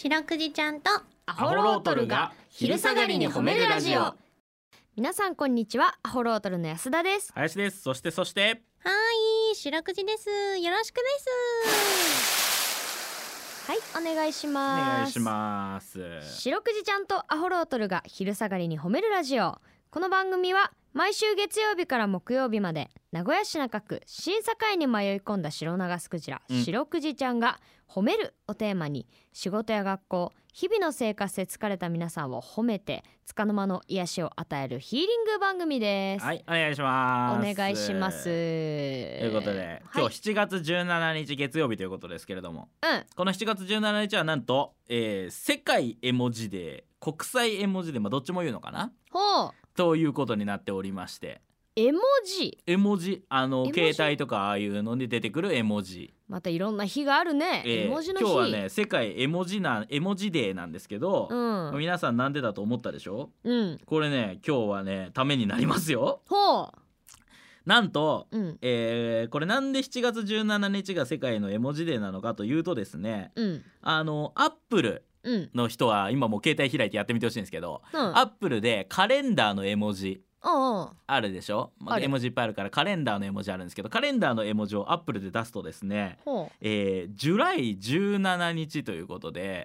白くじちゃんとアホロートルが昼下がりに褒めるラジオ。 皆さんこんにちは。アホロートルの安田です。 林です。そしてはい、白くじです。よろしくです。 はい、お願いしおます。 願いします。 白くじちゃんとアホロートルが昼下がりに褒めるラジオ。この番組は毎週月曜日から木曜日まで名古屋市中区審査会に迷い込んだ白長スクジラ、白くじちゃんが褒めるをテーマに仕事や学校、日々の生活で疲れた皆さんを褒めて束の間の癒しを与えるヒーリング番組です。 はい、お願いします。 お願いします。とということで、今日7月17日月曜日ということですけれども、この7月17日はなんと、世界絵文字デー、国際絵文字デー、どっちも言うのかなほうということになっておりまして、 絵文字携帯とかああいうのに出てくる絵文字、 またいろんな日があるね、絵文字の日。 今日はね世界絵文字デーなんですけど、皆さんなんでだと思ったでしょ、これね今日はねためになりますよ。 ほう。 なんと、これなんで7月17日が世界の絵文字デーなのかというとですね、アップルの人は今もう携帯開いてやってみてほしいんですけど、アップルでカレンダーの絵文字あるでしょ、絵文字いっぱいあるからカレンダーの絵文字あるんですけど、カレンダーの絵文字をアップルで出すとですね、ジュライ17日ということで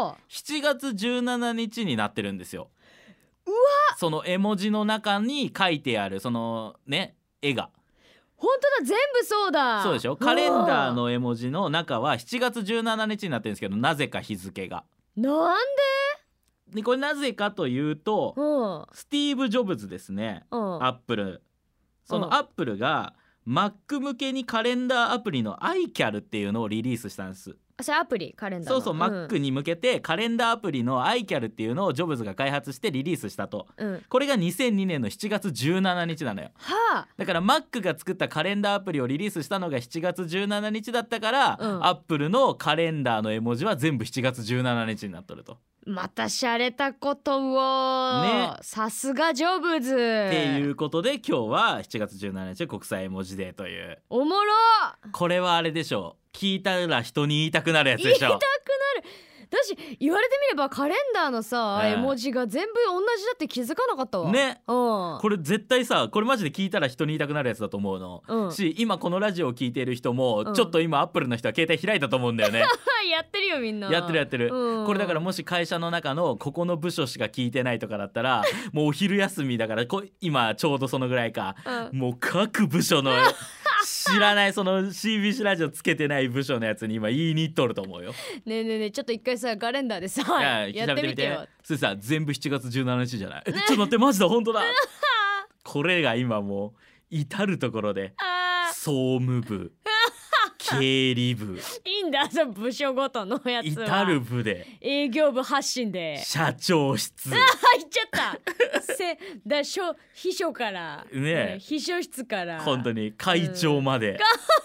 7月17日になってるんですよ。 うわ、 その絵文字の中に書いてあるそのね絵が本当だ、全部そうだ。 そうでしょ。カレンダーの絵文字の中は7月17日になってるんですけど、なぜか日付がなんでこれなぜかというと、スティーブ・ジョブズですね、アップル。そのアップルが Mac 向けにカレンダーアプリの iCal っていうのをリリースしたんです。 それアプリカレンダーの Mac に向けてカレンダーアプリの iCal っていうのをジョブズが開発してリリースしたと、これが2002年の7月17日なのよ。だから Mac が作ったカレンダーアプリをリリースしたのが7月17日だったから、アップルのカレンダーの絵文字は全部7月17日になっとると。 また洒落たことをね、さすがジョブズっていうことで、今日は7月17日国際絵文字デーという。 おもろ。 これはあれでしょう、聞いたら人に言いたくなるやつでしょ。 言いたくなる。だし言われてみればカレンダーのさ、絵文字が全部同じだって気づかなかったわね。これ絶対さ、これマジで聞いたら人に言いたくなるやつだと思うの、し今このラジオを聞いている人も、ちょっと今アップルの人は携帯開いたと思うんだよねやってるよみんな。 やってる、これだからもし会社の中のここの部署しか聞いてないとかだったらもうお昼休みだから今ちょうどそのぐらいか、もう各部署の知らないその CBC ラジオつけてない部署のやつに今言いに行っとると思うよ。 ねえちょっと一回さカレンダーでさやってみてよ。 それさ全部7月17日じゃない、ちょっと待ってマジだ本当だこれが今もう至る所で総務部経理部いいんだ、その部署ごとのやつは至る部で営業部発信で社長室入っちゃった秘書からね、 秘書室から本当に会長まで、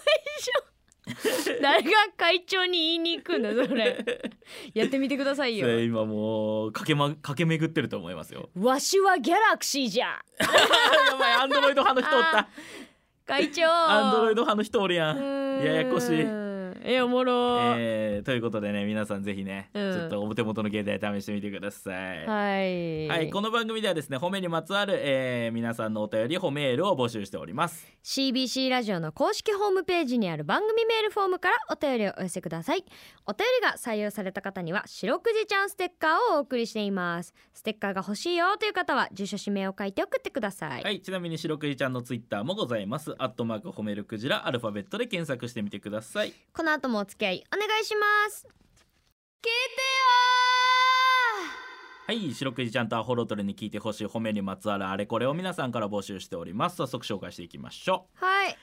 誰が会長に言いに行くんだそれやってみてくださいよ。 それ今もう駆け巡ってると思いますよ。 わしはギャラクシーじゃやばい、アンドロイド派の人おった会長アンドロイド派の人おるやん、ややこしい。 おもろ、 ということでね、皆さんぜひね、ちょっとお手元の携帯試してみてください。はい、この番組ではですね、褒めにまつわる、皆さんのお便り褒めールを募集しております。 CBC ラジオの公式ホームページにある番組メールフォームからお便りをお寄せください。お便りが採用された方には白くじちゃんステッカーをお送りしています。ステッカーが欲しいよという方は住所氏名を書いて送ってください。 はい、ちなみに白くじちゃんのツイッターもございます。@褒めるクジラ、アルファベットで検索してみてください。 この後もお付き合いお願いします。聞いてよはい、白くじちゃんとアホロトルに聞いてほしい褒めにまつわるあれこれを皆さんから募集しております。早速紹介していきましょう。 はい、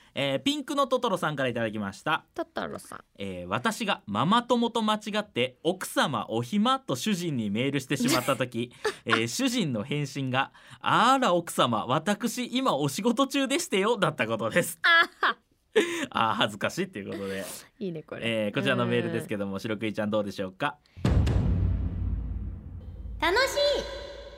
ピンクのトトロさんからいただきました。 トトロさん、 私がママ友と間違って奥様お暇と主人にメールしてしまった時、主人の返信があら奥様私今お仕事中でしてよだったことです。恥ずかしいっていうことでいいねこれ、 こちらのメールですけども、白くじちゃんどうでしょうか。 楽しい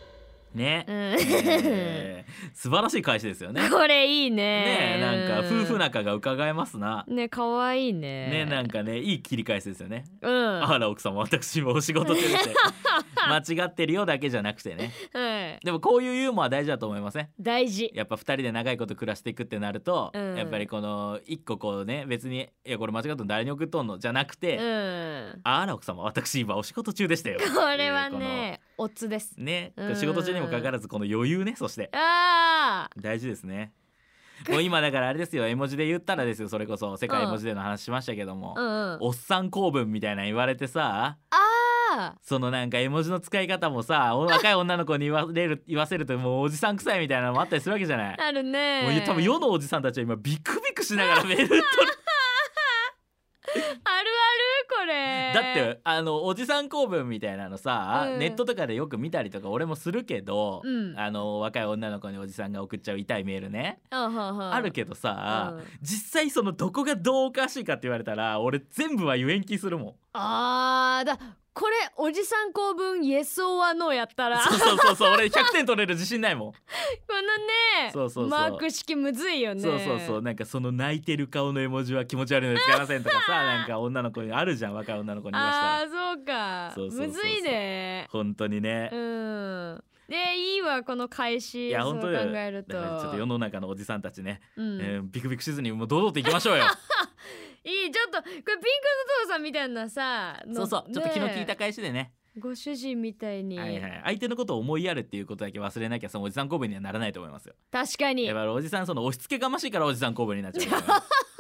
ね、素晴らしい返しですよね。 これいいね。 なんか夫婦仲が伺えますな。 ね、可愛いね。 なんかね、いい切り返しですよね。 あら奥様、私今お仕事中です間違ってるよだけじゃなくてね、でもこういうユーモア大事だと思いません？大事。やっぱ2人で長いこと暮らしていくってなると、やっぱりこの一個こうね、別にいやこれ間違ったの誰に送っとんのじゃなくて、ら奥様、私今お仕事中でしたよ。 これはね、オツですね。仕事中にもかかわらずこの余裕ね、そして大事ですね。もう今だからあれですよ、絵文字で言ったらですよ、それこそ世界絵文字での話しましたけども、おっさん公文みたいな言われてさ、そのなんか絵文字の使い方もさ、若い女の子に言わせるともうおじさん臭いみたいなのもあったりするわけじゃない。 あるね。 もう多分世のおじさんたちは今ビクビクしながらメール取るあるあるこれ。 だっておじさん公文みたいなのさ、ネットとかでよく見たりとか俺もするけど、若い女の子におじさんが送っちゃう痛いメールね、あるけどさ、実際そのどこがどうおかしいかって言われたら俺全部は言えん気するもん。 これおじさん公文イエスオアノーやったらそう俺100点取れる自信ないもん。このね、マーク式むずいよね。 なんかその泣いてる顔の絵文字は気持ち悪いので使いませんとかさなんか女の子にあるじゃん、若い女の子に言いましたら。 そうか、むずいね本当にね。 いいわこの返し。いや本当に考えるとだからちょっと世の中のおじさんたちね、ビクビクしずにもう堂々といきましょうよ。 いい、ちょっとこれピンクの父さんみたいなさ、 ちょっと気の利いた返しでね、 ご主人みたいに、 相手のことを思いやるっていうことだけ忘れなきゃそのおじさん公文にはならないと思いますよ。 確かに。 やっぱりおじさんその押し付けがましいからおじさん公文になっちゃうから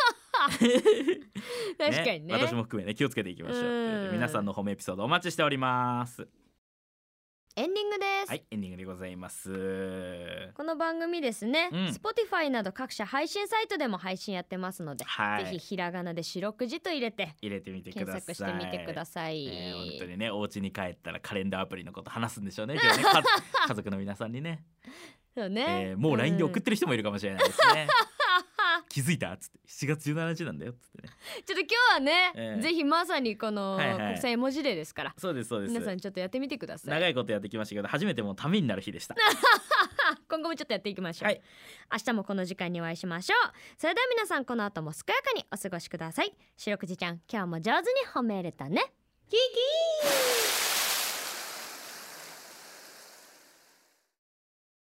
確かにね、 私も含めね気をつけていきましょう。皆さんの褒めエピソードお待ちしております。 エンディングです。 はい、エンディングでございます。 この番組ですね、Spotify など各社配信サイトでも配信やってますので、ぜひひらがなで四六時と入れてみてください。検索してみてください。 本当にね、お家に帰ったらカレンダーアプリのこと話すんでしょうね。家族の皆さんにね。 そうね、 もう LINE で送ってる人もいるかもしれないですね。気づいたっつって7月17日なんだよっつってね。 ちょっと今日はね、ぜひまさにこの国際絵文字デーですから、 そうです皆さんちょっとやってみてください。 長いことやってきましたけど初めてもうためになる日でした。 今後もちょっとやっていきましょう。明日もこの時間にお会いしましょう。それでは皆さんこの後も健やかにお過ごしください。白くじちゃん、今日も上手に褒めれたね。キキー。